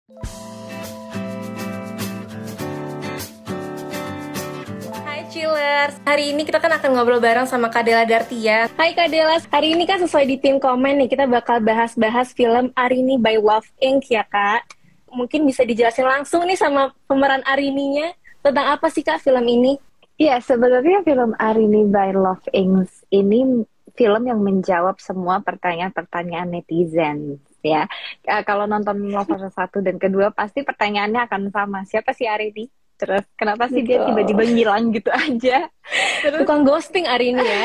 Hai Chillers, hari ini kita kan akan ngobrol bareng sama Kak Della Dartia. Hai Kak Della, hari ini kan sesuai di pin komen nih, kita bakal bahas-bahas film Arini by Love Inc. ya Kak. Mungkin bisa dijelasin langsung nih sama pemeran Arininya, tentang apa sih Kak film ini? Ya, sebenarnya film Arini by Love Inc. ini film yang menjawab semua pertanyaan-pertanyaan netizen. Ya, kalau nonton Lovers 1 dan kedua pasti pertanyaannya akan sama. Siapa sih Arini? Terus kenapa sih dia tiba-tiba ngilang gitu aja? Terus Tukang ghosting Arini ya.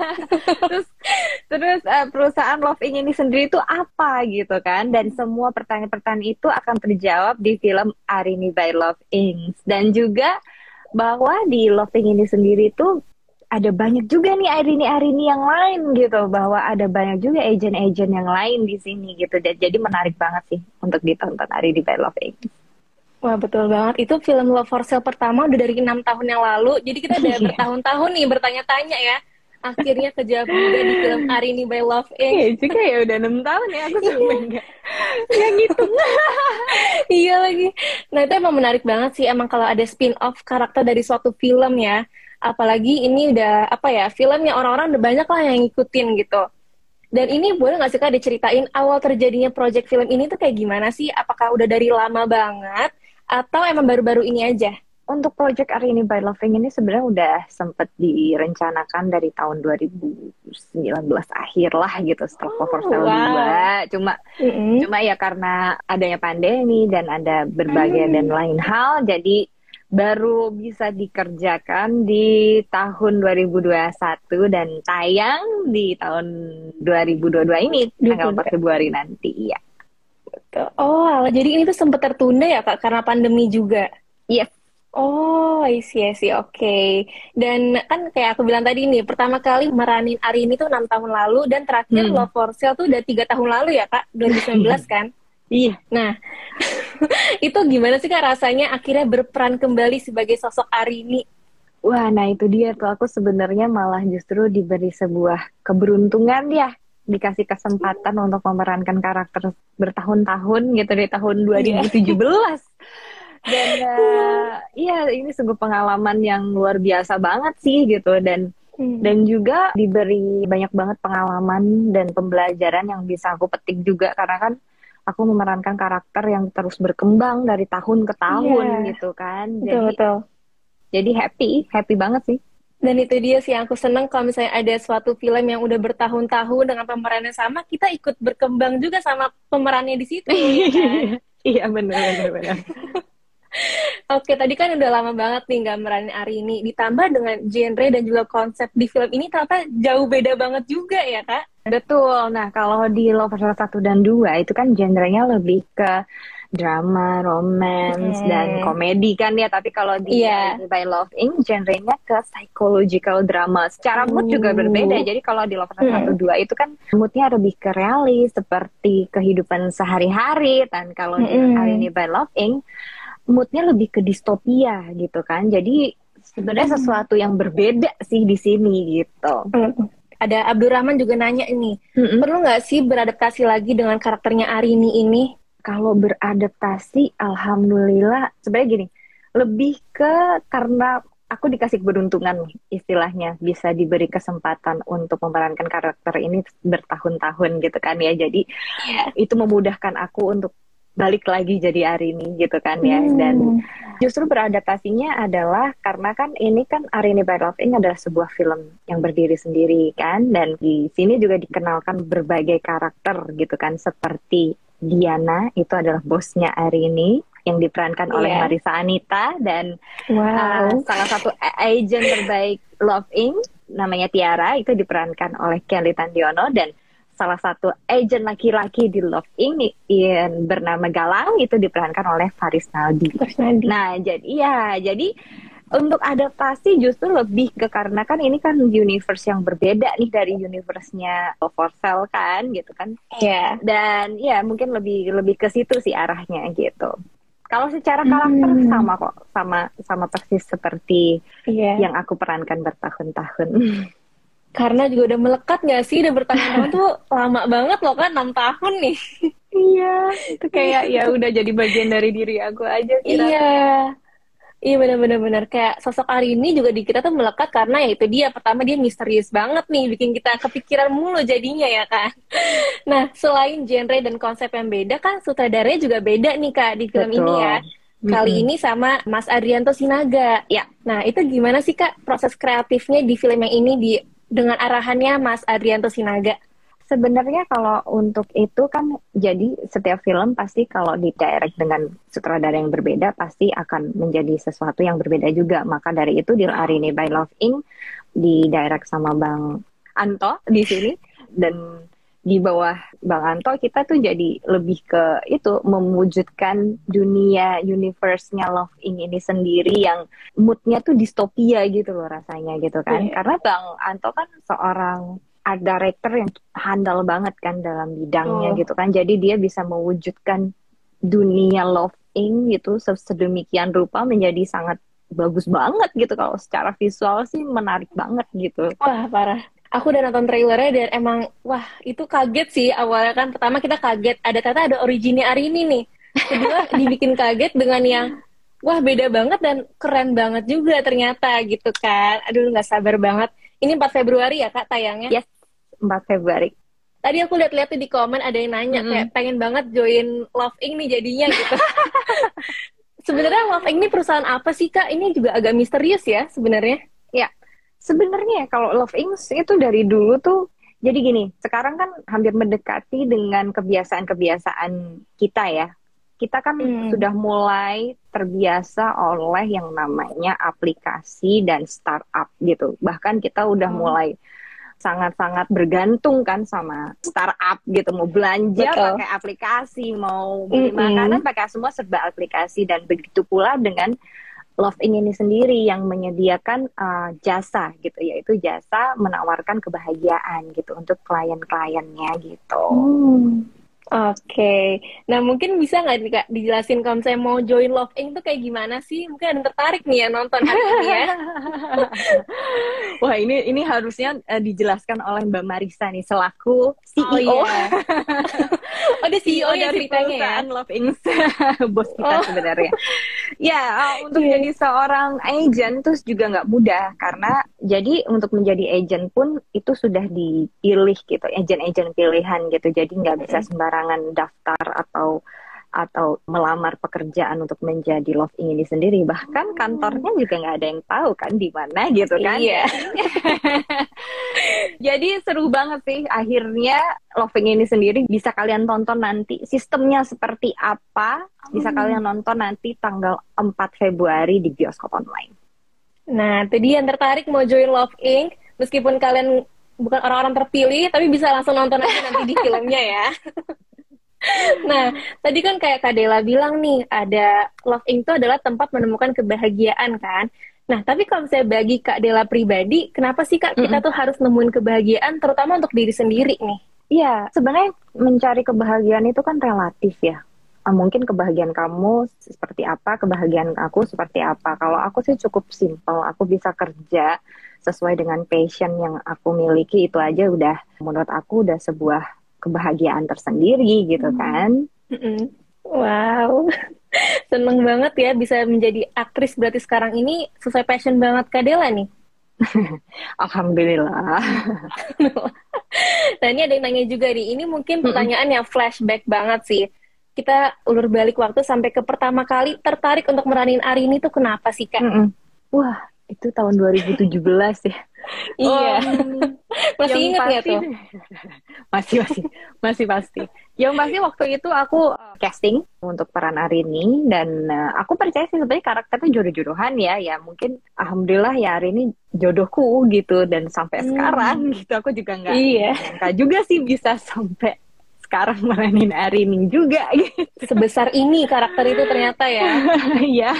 terus perusahaan Love Inc ini sendiri itu apa gitu kan? Dan semua pertanyaan-pertanyaan itu akan terjawab di film Arini by Love Inc. Dan juga bahwa di Love Inc ini sendiri tuh ada banyak juga nih Arini yang lain gitu, bahwa ada banyak juga agent-agent yang lain di sini gitu. Dan jadi menarik banget sih untuk ditonton Arini by Love Inc. Wah betul banget, itu film Love for Sale pertama udah dari 6 tahun yang lalu. Jadi kita udah bertahun-tahun nih bertanya-tanya ya. Akhirnya kejawab juga di film Arini by Love Inc. Iya juga ya, udah 6 tahun ya aku sampai nggak gitu. Iya lagi. Nah itu emang menarik banget sih, emang kalau ada spin-off karakter dari suatu film ya. Apalagi ini udah apa ya, film yang orang-orang udah banyak lah yang ngikutin gitu. Dan ini boleh nggak sih Kak diceritain awal terjadinya project film ini tuh kayak gimana sih? Apakah udah dari lama banget atau emang baru-baru ini aja? Untuk project Arini by Love Inc ini sebenarnya udah sempet direncanakan dari tahun 2019 akhir lah gitu, setelah Lovers Sale 2. Cuma ya karena adanya pandemi dan ada berbagai dan lain hal, jadi baru bisa dikerjakan di tahun 2021 dan tayang di tahun 2022 ini, tanggal 4 Februari nanti ya. Oh, jadi ini tuh sempat tertunda ya Kak karena pandemi juga? Yes. Oh, I see, oke. Dan kan kayak aku bilang tadi nih, pertama kali meranin Arini tuh 6 tahun lalu, dan terakhir Love for Sale tuh udah 3 tahun lalu ya Kak, 2019 kan? Iya. Nah, itu gimana sih Kak rasanya akhirnya berperan kembali sebagai sosok Arini? Wah, nah itu dia tuh, aku sebenarnya malah justru diberi sebuah keberuntungan ya, dikasih kesempatan untuk memerankan karakter bertahun-tahun gitu, dari tahun 2017. Dan iya ini sungguh pengalaman yang luar biasa banget sih gitu, dan juga diberi banyak banget pengalaman dan pembelajaran yang bisa aku petik juga, karena kan aku memerankan karakter yang terus berkembang dari tahun ke tahun gitu kan. Jadi happy banget sih. Dan itu dia sih yang aku seneng, kalau misalnya ada suatu film yang udah bertahun-tahun dengan pemerannya sama, kita ikut berkembang juga sama pemerannya di situ ya kan? Iya benar. Oke, tadi kan udah lama banget nih nggak meranin Arini, ditambah dengan genre dan juga konsep di film ini ternyata jauh beda banget juga ya Kak? Betul. Nah kalau di Lovers 1 dan 2 itu kan genrenya lebih ke drama, romance, dan komedi kan ya. Tapi kalau di by Love Inc genrenya ke psychological drama. Secara mood juga berbeda. Jadi kalau di Lovers 1 2 itu kan moodnya lebih ke realis, seperti kehidupan sehari-hari. Dan kalau di Arini by Love Inc moodnya lebih ke distopia gitu kan. Jadi sebenarnya sesuatu yang berbeda sih di sini gitu. Ada Abdurrahman juga nanya ini, perlu nggak sih beradaptasi lagi dengan karakternya Arini ini? Kalau beradaptasi, alhamdulillah sebenarnya gini, lebih ke karena aku dikasih keberuntungan istilahnya, bisa diberi kesempatan untuk memerankan karakter ini bertahun-tahun gitu kan ya. Jadi itu memudahkan aku untuk balik lagi jadi Arini gitu kan ya. Dan justru beradaptasinya adalah karena kan ini kan Arini by Love Inc adalah sebuah film yang berdiri sendiri kan, dan di sini juga dikenalkan berbagai karakter gitu kan, seperti Diana itu adalah bosnya Arini yang diperankan oleh Marissa Anita, dan salah satu agent terbaik Love Inc namanya Tiara itu diperankan oleh Kelly Tandiono, dan salah satu agent laki-laki di Love Inc yang bernama Galang itu diperankan oleh Faris Naldi. Nah, jadi untuk adaptasi justru lebih ke karena kan ini kan universe yang berbeda nih dari universe-nya Love for Sale kan gitu kan. Iya. Dan ya mungkin lebih ke situ sih arahnya gitu. Kalau secara karakter sama kok, sama persis seperti yang aku perankan bertahun-tahun. Karena juga udah melekat nggak sih, udah bertahun-tahun tuh lama banget loh kan, 6 tahun nih. Iya, itu kayak ya udah jadi bagian dari diri aku aja sih Iya, rasanya. iya benar-benar kayak sosok Arini juga di kita tuh melekat karena ya itu dia pertama dia misterius banget nih, bikin kita kepikiran mulu jadinya ya kan. Nah, selain genre dan konsep yang beda kan sutradaranya juga beda nih Kak di film ini ya. Betul. Kali Mm-mm. ini sama Mas Adrianto Sinaga. Ya, Nah, itu gimana sih Kak proses kreatifnya di film yang ini dengan arahannya Mas Adrianto Sinaga? sebenarnya kalau untuk itu kan jadi setiap film pasti kalau di direct dengan sutradara yang berbeda pasti akan menjadi sesuatu yang berbeda juga. Maka dari itu di Arini by Love Inc. di direct sama Bang Anto di sini dan di bawah Bang Anto kita tuh jadi lebih ke itu mewujudkan dunia universe-nya Love Inc. ini sendiri yang moodnya tuh distopia gitu loh rasanya gitu kan. Iya. Karena Bang Anto kan seorang art director yang handal banget kan dalam bidangnya Oh, gitu kan. Jadi dia bisa mewujudkan dunia Love Inc. gitu sedemikian rupa menjadi sangat bagus banget gitu. Kalau secara visual sih menarik banget gitu. wah parah. Aku udah nonton trailernya dan emang wah itu kaget sih awalnya kan. Pertama kita kaget ternyata ada originnya Arini nih. Kedua dibikin kaget dengan yang wah beda banget dan keren banget juga ternyata gitu kan. Aduh nggak sabar banget. Ini 4 Februari ya Kak tayangnya. Yes, 4 Februari. Tadi aku lihat-lihat tuh di komen ada yang nanya Mm-mm. kayak pengen banget join Love Inc nih jadinya gitu. Sebenarnya Love Inc ini perusahaan apa sih Kak? Ini juga agak misterius ya sebenarnya. Ya, sebenarnya kalau Love Inc. itu dari dulu tuh jadi gini, sekarang kan hampir mendekati dengan kebiasaan-kebiasaan kita ya. Kita kan Hmm. sudah mulai terbiasa oleh yang namanya aplikasi dan startup gitu. Bahkan kita udah Oh, mulai sangat-sangat bergantung kan sama startup gitu. Mau belanja betul. pakai aplikasi, mau beli Mm-mm. makanan pakai semua serba aplikasi. Dan begitu pula dengan Love Inc ini sendiri yang menyediakan jasa gitu, yaitu jasa menawarkan kebahagiaan gitu untuk klien-kliennya gitu. Hmm. Oke. Nah, mungkin bisa nggak nih, Kak, dijelasin kalau misalnya mau join Love Inc tuh kayak gimana sih? Mungkin ada yang tertarik nih ya nonton hari ini ya. Wah, ini harusnya dijelaskan oleh Mbak Marisa nih selaku Oh CEO. iya. Oh, ada CEO CEO ya dari ceritanya ya? perusahaan Love Inc. Bos kita Oh, sebenarnya. Ya, untuk iya. jadi seorang agent terus juga nggak mudah karena jadi untuk menjadi agent pun itu sudah dipilih gitu, agent-agent pilihan gitu. Jadi nggak bisa Mm-mm. sembarangan daftar atau melamar pekerjaan untuk menjadi Love Inc ini sendiri. Bahkan Hmm. kantornya juga nggak ada yang tahu kan di mana gitu kan Iya. ya. Jadi seru banget sih akhirnya Loving ini sendiri bisa kalian tonton nanti sistemnya seperti apa bisa kalian nonton nanti tanggal 4 Februari di bioskop online. Nah, itu dia yang tertarik mau join Love Inc. Meskipun kalian bukan orang-orang terpilih, tapi bisa langsung nonton aja nanti di filmnya ya. Nah, tadi kan kayak Kak Dela bilang nih, ada Love Inc. itu adalah tempat menemukan kebahagiaan kan. Nah, tapi kalau misalnya bagi Kak Dela pribadi, kenapa sih Kak kita Mm-mm. tuh harus nemuin kebahagiaan, terutama untuk diri sendiri nih? Iya, sebenarnya mencari kebahagiaan itu kan relatif ya. Mungkin kebahagiaan kamu seperti apa, kebahagiaan aku seperti apa. Kalau aku sih cukup simpel, aku bisa kerja sesuai dengan passion yang aku miliki, itu aja udah menurut aku udah sebuah kebahagiaan tersendiri gitu kan. Mm-mm. Wow, seneng banget ya bisa menjadi aktris berarti sekarang ini sesuai passion banget Kak Dela nih. Alhamdulillah. Nah ini ada yang nanya juga nih, ini mungkin Mm-mm. pertanyaan yang flashback banget sih. Kita ulur balik waktu sampai ke pertama kali tertarik untuk meranin Arini tuh kenapa sih Kak? Mm-mm. Wah, itu tahun 2017 ya. Iya, masih Yang inget nggak pasti tuh? masih pasti. Yang pasti waktu itu aku casting untuk peran Arini dan aku percaya sih sebenarnya karakternya jodoh-jodohan ya. Ya mungkin alhamdulillah ya Arini jodohku gitu dan sampai Hmm, sekarang gitu aku juga nggak iya, nyangka juga sih bisa sampai sekarang meranin Arini juga gitu. sebesar ini karakter itu ternyata ya. Ya.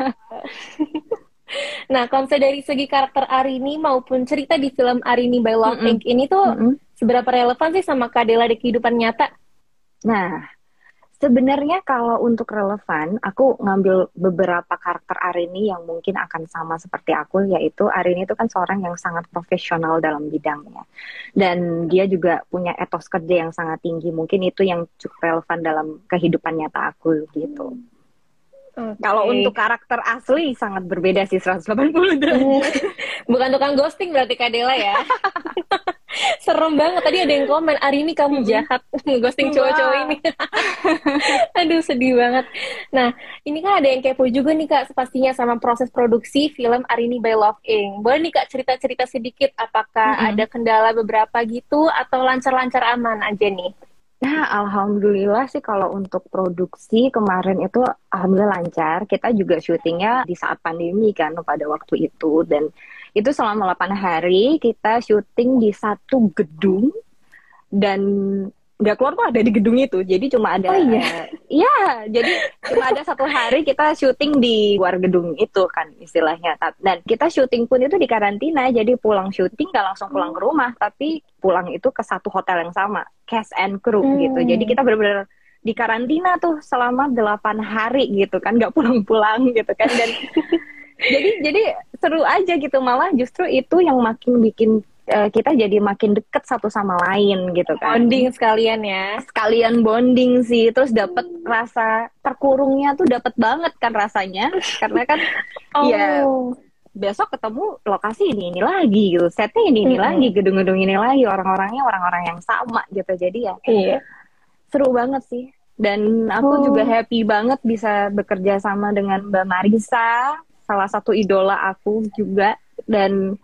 Nah, kalau misalnya dari segi karakter Arini maupun cerita di film Arini by Love Mm-mm. Inc. ini tuh Mm-mm. seberapa relevan sih sama Kak Dela di kehidupan nyata? Nah, sebenarnya kalau untuk relevan, aku ngambil beberapa karakter Arini yang mungkin akan sama seperti aku, yaitu Arini itu kan seorang yang sangat profesional dalam bidangnya. Dan dia juga punya etos kerja yang sangat tinggi. Mungkin itu yang cukup relevan dalam kehidupan nyata aku gitu. Kalau untuk karakter asli sangat berbeda sih 180 derajat. Bukan tukang ghosting berarti Kak Dela ya. Serem banget. Tadi ada yang komen, Arini kamu jahat ghosting cowok-cowok ini. Aduh, sedih banget. Nah, ini kan ada yang kepo juga nih Kak, pastinya sama proses produksi film Arini by Love Inc. Boleh nih Kak cerita-cerita sedikit, apakah ada kendala beberapa gitu atau lancar-lancar aman aja nih? Nah, alhamdulillah sih kalau untuk produksi kemarin itu alhamdulillah lancar. Kita juga syutingnya di saat pandemi kan pada waktu itu, dan itu selama 8 hari kita syuting di satu gedung dan nggak keluar tuh ada di gedung itu. Jadi cuma ada iya, jadi cuma ada 1 hari kita syuting di luar gedung itu kan istilahnya. Dan kita syuting pun itu di karantina. Jadi pulang syuting nggak langsung pulang ke rumah, tapi pulang itu ke satu hotel yang sama, cast and crew gitu. Jadi kita benar-benar di karantina tuh selama 8 hari gitu kan, nggak pulang-pulang gitu kan. Dan jadi seru aja gitu, malah justru itu yang makin bikin kita jadi makin deket satu sama lain gitu kan. Bonding sekalian ya. Sekalian bonding sih, terus dapet rasa terkurungnya tuh dapet banget kan rasanya, karena kan ya besok ketemu lokasi ini lagi gitu, setnya ini lagi, gedung-gedung ini lagi, orang-orangnya orang-orang yang sama gitu. Jadi ya seru banget sih. Dan aku juga happy banget bisa bekerja sama dengan Mbak Marissa, salah satu idola aku juga, dan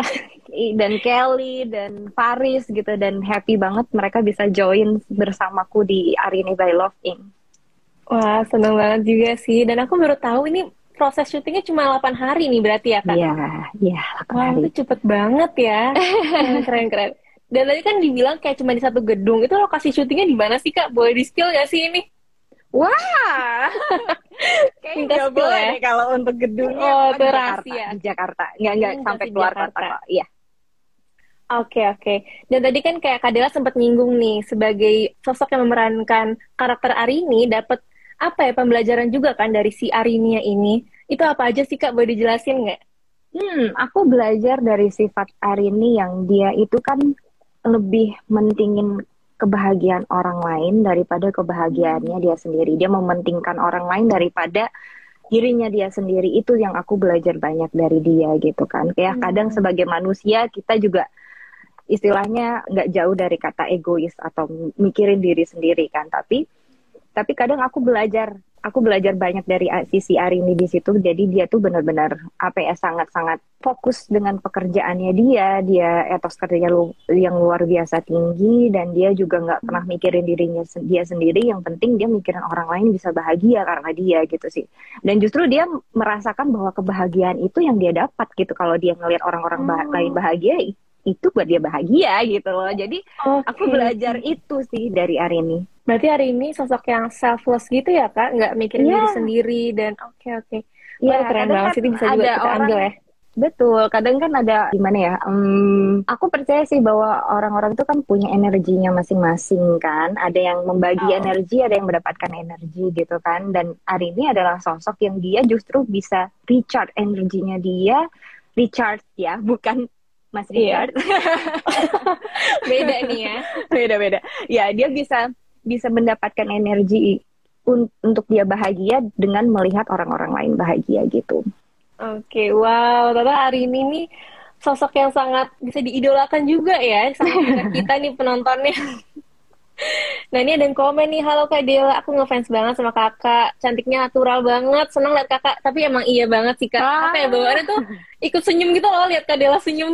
dan Kelly dan Faris gitu, dan happy banget mereka bisa join bersamaku di Arini by Love Inc. Wah, seneng banget juga sih. Dan aku baru tahu ini proses syutingnya cuma 8 hari nih berarti ya Kak? Iya, 8 wah, hari. Itu cepet banget ya. Keren. Dan tadi kan dibilang kayak cuma di satu gedung. Itu lokasi syutingnya di mana sih Kak? Boleh di-spill gak sih ini? Wah, kayaknya nggak boleh ya? Kalau untuk gedungnya itu rahasia. Di Jakarta, nggak sampai keluar kota kok. Iya. Oke. Dan tadi kan kayak Kak Dela sempat nyinggung nih, sebagai sosok yang memerankan karakter Arini, dapat apa ya, pembelajaran juga kan dari si Arinia ini. Itu apa aja sih Kak, boleh dijelasin nggak? Aku belajar dari sifat Arini yang dia itu kan lebih mentingin kebahagiaan orang lain daripada kebahagiaannya dia sendiri. Dia mementingkan orang lain daripada dirinya dia sendiri. Itu yang aku belajar banyak dari dia gitu kan. Kayak kadang sebagai manusia kita juga istilahnya nggak jauh dari kata egois atau mikirin diri sendiri kan. Tapi kadang aku belajar banyak dari sisi Arini di situ. Jadi dia tuh benar-benar sangat-sangat fokus dengan pekerjaannya dia etos kerja yang luar biasa tinggi, dan dia juga nggak pernah mikirin dirinya dia sendiri. Yang penting dia mikirin orang lain bisa bahagia karena dia gitu sih. Dan justru dia merasakan bahwa kebahagiaan itu yang dia dapat gitu. Kalau dia ngelihat orang-orang lain bahagia, itu buat dia bahagia gitu loh. Jadi aku belajar itu sih dari Arini. Berarti Arini sosok yang selfless gitu ya Kak? Nggak mikirin diri sendiri dan oke. Iya, keren banget sih, itu bisa juga kita ambil ya. Betul, kadang kan ada gimana ya, aku percaya sih bahwa orang-orang itu kan punya energinya masing-masing kan. Ada yang membagi energi, ada yang mendapatkan energi gitu kan. Dan Arini adalah sosok yang dia justru bisa recharge energinya dia, bukan Mas Richard. Beda nih ya. Beda. Ya, dia bisa mendapatkan energi untuk dia bahagia dengan melihat orang-orang lain bahagia gitu. Oke, wow. Ternyata Arini nih sosok yang sangat bisa diidolakan juga ya sama kita nih penontonnya. Nah, ini ada yang komen nih, halo Kak Dela, aku ngefans banget sama kakak, cantiknya natural banget, senang lihat kakak. Tapi emang iya banget sih Kak, apa ya, bawaannya tuh ikut senyum gitu loh, lihat Kak Dela senyum.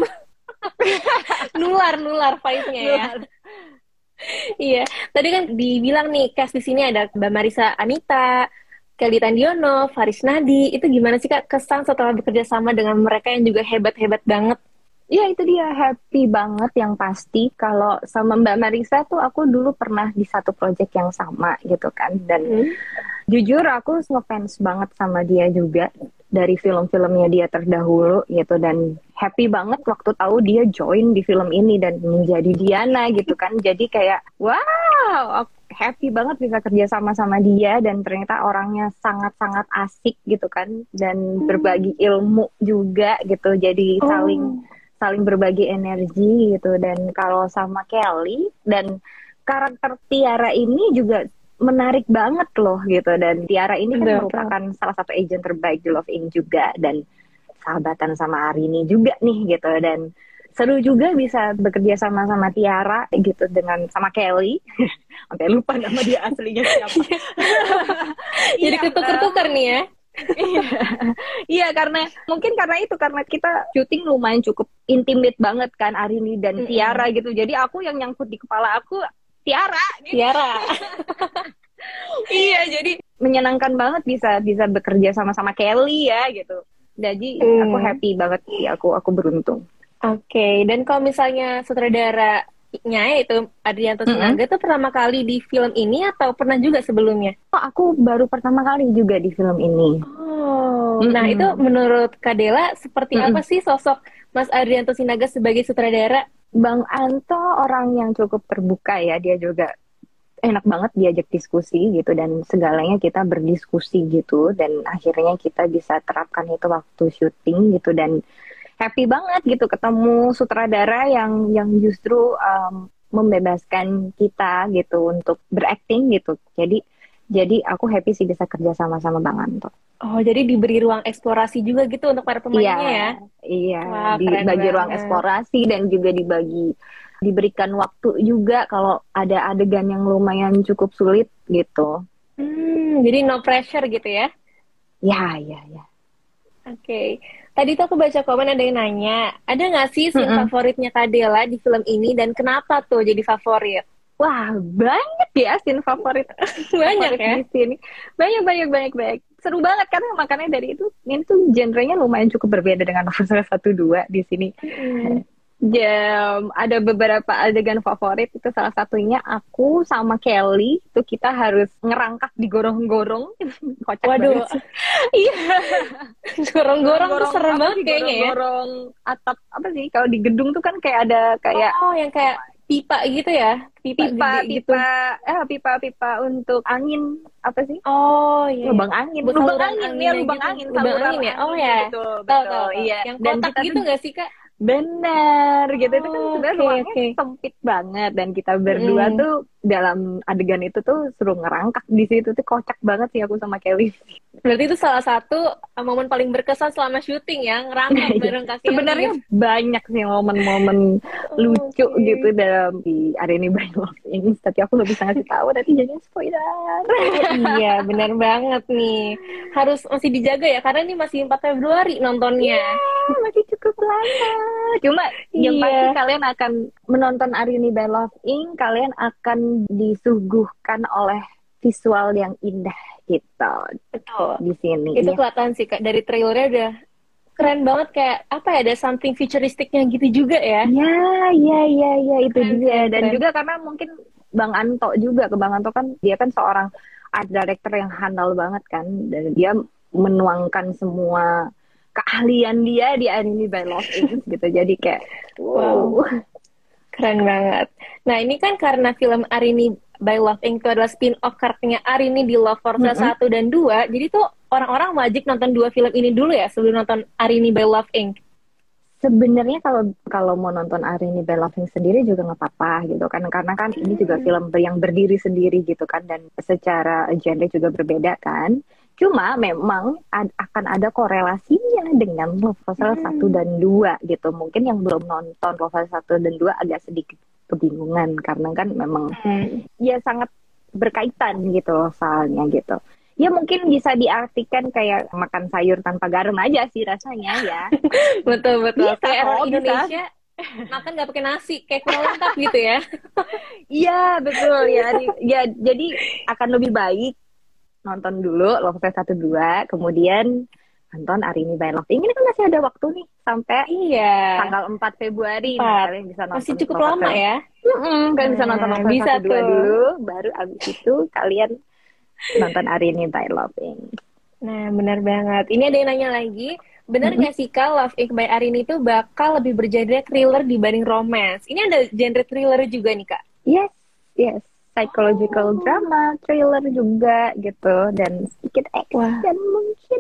nular vibe-nya ya. Iya, tadi kan dibilang nih cast di sini ada Mbak Marissa Anita, Kelly Tandiono, Faris Nadi. Itu gimana sih Kak kesan setelah bekerja sama dengan mereka yang juga hebat-hebat banget? Iya, itu dia, happy banget yang pasti. Kalau sama Mbak Marissa tuh aku dulu pernah di satu project yang sama gitu kan. Dan jujur aku ngefans banget sama dia juga dari film-filmnya dia terdahulu gitu. Dan happy banget waktu tahu dia join di film ini dan menjadi Diana gitu kan. Jadi kayak wow, happy banget bisa kerja sama dia, dan ternyata orangnya sangat-sangat asik gitu kan, dan berbagi ilmu juga gitu, jadi saling Oh, saling berbagi energi gitu. Dan kalau sama Kelly dan karakter Tiara ini juga menarik banget loh gitu, dan Tiara ini kan betul, betul. merupakan salah satu agent terbaik di Love Inc juga, dan sahabatan sama Arini juga nih gitu, dan seru juga bisa bekerja sama Tiara gitu dengan sama Kelly. Sampai lupa nama dia aslinya siapa. Jadi Iya, ketukar-tukar nih ya. iya, iya, karena itu karena kita syuting lumayan cukup intimate banget kan, Arini dan Mm-mm. Tiara gitu. Jadi aku yang nyangkut di kepala aku Tiara gitu. Tiara. Iya, jadi menyenangkan banget bisa bisa bekerja sama Kelly ya gitu. Jadi aku Hmm. happy banget sih, aku beruntung. Oke, dan kalau misalnya sutradaranya itu Adrianto Mm-mm. Sinaga tuh pertama kali di film ini atau pernah juga sebelumnya? Oh, aku baru pertama kali juga di film ini. Oh, nah itu Mm-mm. menurut Kadela seperti apa Mm-mm. sih sosok Mas Adrianto Sinaga sebagai sutradara? Bang Anto orang yang cukup terbuka ya, dia juga enak banget diajak diskusi gitu, dan segalanya kita berdiskusi gitu, dan akhirnya kita bisa terapkan itu waktu syuting gitu. Dan happy banget gitu ketemu sutradara yang justru membebaskan kita gitu untuk berakting gitu. Jadi aku happy sih bisa kerja sama Bang Anto. Oh, jadi diberi ruang eksplorasi juga gitu untuk para Iya, pemainnya ya? iya, Wah, keren dibagi ruang banget. eksplorasi, dan juga diberikan waktu juga kalau ada adegan yang lumayan cukup sulit gitu. Jadi no pressure gitu ya? Ya, ya, ya. Oke. Tadi tuh aku baca komen ada yang nanya, ada nggak sih scene Mm-mm. favoritnya Kadela di film ini dan kenapa tuh jadi favorit? Wah, banyak ya scene favorit Banyak favorit ya? di sini. Banyak, banyak, banyak, banyak. Seru banget karena makanya dari itu ini tuh genrenya lumayan cukup berbeda dengan novel 1 2 di sini. Mm-mm. Ada beberapa adegan favorit, itu salah satunya aku sama Kelly itu kita harus ngerangkak di gorong-gorong. Kocak banget Waduh, sih. Iya, gorong-gorong tuh gorong-gorong serem apa banget sih, kayaknya ya. gorong-gorong atap apa sih, kalau di gedung tuh kan kayak ada kayak Oh, yang kayak pipa gitu ya? Pipa pipa gede gitu. pipa pipa untuk angin, apa sih, Oh, iya, iya. lubang Saluran angin ya, anginnya lubang gitu. angin, Lubang saluran angin ya? Oh angin, ya. betul, Tahu, betul, tahu, tahu. iya. Yang Dan kotak kita gitu tuh nggak sih, Kak? benar gitu, itu kan Oh, sebenarnya oke, ruangnya oke. sempit banget, dan kita berdua Mm-mm. tuh dalam adegan itu tuh suruh ngerangkak di situ tuh, kocak banget sih aku sama Kelly. Berarti itu salah satu momen paling berkesan selama syuting ya, ngerangkak Iya, bareng Kak Kelly sebenarnya gitu. banyak sih momen-momen lucu gitu Oke. dalam di Arini by Love ini, tapi aku nggak bisa ngasih tahu nanti jangan spoiler. Oh iya, benar banget nih. Harus masih dijaga ya, karena ini masih 4 Februari nontonnya. Iya, masih cukup lama. Cuma yang pasti Iya, kalian akan menonton Arini by Love Inc, kalian akan disuguhkan oleh visual yang indah gitu betul. di sini. Itu Iya. kelihatan sih Kak, dari trailernya udah keren banget kayak apa ya, ada something futuristiknya gitu juga ya. Ya, ya, ya, ya, itu Keren, dia. keren, Dan keren. juga karena mungkin Bang Anto juga, ke Bang Anto kan dia kan seorang art director yang handal banget kan, dan dia menuangkan semua keahlian dia di Arini by Love Inc gitu. Jadi kayak Wow. wow. Keren banget. Nah, ini kan karena film Arini by Love Inc. itu adalah spin-off karakternya Arini di Love Force Mm-mm. 1 dan 2. Jadi tuh orang-orang wajib nonton dua film ini dulu ya sebelum nonton Arini by Love Inc. Sebenarnya kalau kalau mau nonton Arini by Love Inc sendiri juga nggak apa-apa gitu kan, karena kan ini juga Hmm. film yang berdiri sendiri gitu kan, dan secara genre juga berbeda kan. Cuma memang akan ada korelasinya dengan Novel 1 dan 2 gitu. Mungkin yang belum nonton Novel 1 dan 2 agak sedikit kebingungan, karena kan memang Hmm. ya sangat berkaitan gitu loh soalnya gitu. Ya mungkin bisa diartikan kayak makan sayur tanpa garam aja sih rasanya ya. Betul, betul. Bisa Kayak orang kok, bisa. Indonesia makan nggak pakai nasi, kayak kurang lengkap gitu ya. Iya, betul ya. Ya, jadi akan lebih baik nonton dulu Love 1 2, kemudian nonton Arini by Love. Ini kan masih ada waktu nih sampai Iya. tanggal 4 Februari. Nah, 4. kalian bisa Masih nonton cukup lama Love. ya. Kalian bisa nonton Nah, Love bisa 1 2 tuh. dulu, baru abis itu kalian nonton Arini by Love. Nah, benar banget. Ini ada yang nanya lagi, benar Mm-mm. nggak sih Kak, Love Inc by Arini itu bakal lebih bergenre thriller dibanding romance? Ini ada genre thriller juga nih Kak. Yes, yes. psychological drama, thriller juga gitu, dan sedikit action mungkin.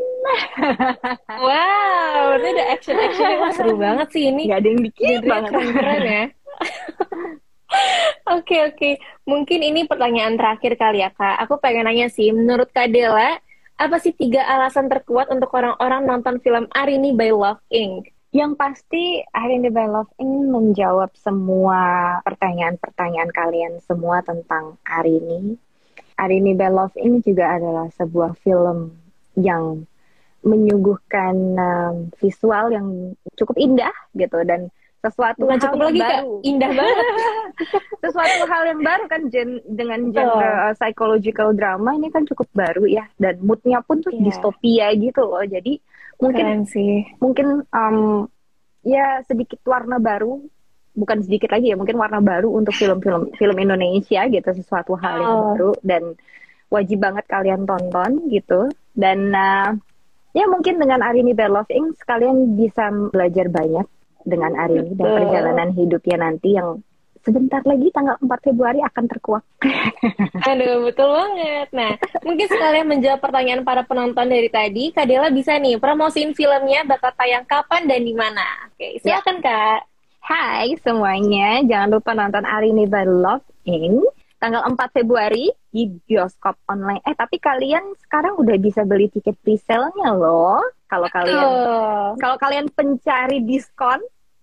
Wow, ini ada action-actionnya. Wah, seru banget sih ini. Gak ada yang dikit banget. Keren ya. Oke. Mungkin ini pertanyaan terakhir kali ya, Kak. Aku pengen nanya sih, menurut Kak Dela, apa sih 3 alasan terkuat untuk orang-orang nonton film Arini by Love Inc? Yang pasti Arini by Love Inc menjawab semua pertanyaan-pertanyaan kalian semua tentang Arini. Arini by Love Inc juga adalah sebuah film yang menyuguhkan visual yang cukup indah gitu, dan sesuatu Bukan hal cukup yang lagi, baru. Kak. Indah banget. Sesuatu hal yang baru kan dengan genre psychological drama ini kan cukup baru ya, dan moodnya pun tuh distopia gitu loh. Jadi mungkin ya sedikit warna baru, bukan sedikit lagi ya, mungkin warna baru untuk film Indonesia gitu, sesuatu hal yang baru dan wajib banget kalian tonton gitu. Dan ya mungkin dengan Arini by Love Inc kalian bisa belajar banyak dengan Arini dan perjalanan hidupnya nanti yang sebentar lagi tanggal 4 Februari akan terkuak. Aduh, betul banget. Nah, mungkin sekalian menjawab pertanyaan para penonton dari tadi, Kak Dela bisa nih promosiin filmnya bakal tayang kapan dan di mana. Oke, silakan Kak. Hai semuanya, jangan lupa nonton Arini by Love Inc tanggal 4 Februari di bioskop online. Tapi kalian sekarang udah bisa beli tiket pre-sale-nya loh. Kalau kalian pencari diskon,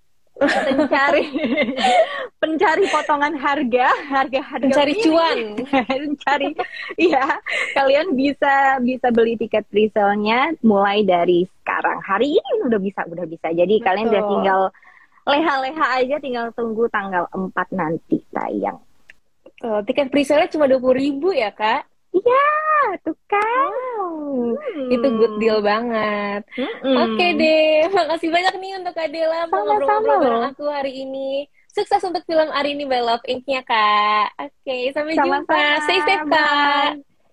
pencari potongan harga pencari cuan, kalian bisa beli tiket pre-sale-nya mulai dari sekarang. Hari ini udah bisa. Jadi kalian udah tinggal leha-leha aja, tinggal tunggu tanggal 4 nanti tayang. Tiket pre-sale cuma 20.000 ya, Kak? Iya, tuh kan. Itu good deal banget. Oke deh, makasih banyak nih untuk Kak Dela mau ngobrol-ngobrol bareng aku hari ini. Sukses untuk film Arini by Love Inc-nya, Kak. Oke, sampai jumpa. Stay safe, Kak.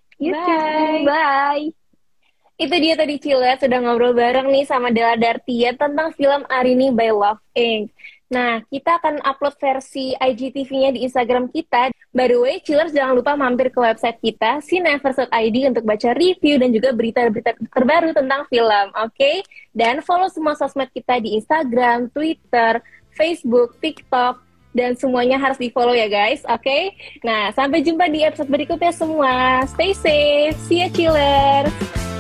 Bye. Itu dia tadi Cila sudah ngobrol bareng nih sama Dela Dartia tentang film Arini by Love Inc. Nah, kita akan upload versi IGTV-nya di Instagram kita. By the way, Chillers jangan lupa mampir ke website kita, cineverse.id, untuk baca review dan juga berita-berita terbaru tentang film, oke? Dan follow semua sosmed kita di Instagram, Twitter, Facebook, TikTok, dan semuanya harus di-follow ya guys, oke? Nah, sampai jumpa di episode berikutnya semua. Stay safe, see ya Chillers!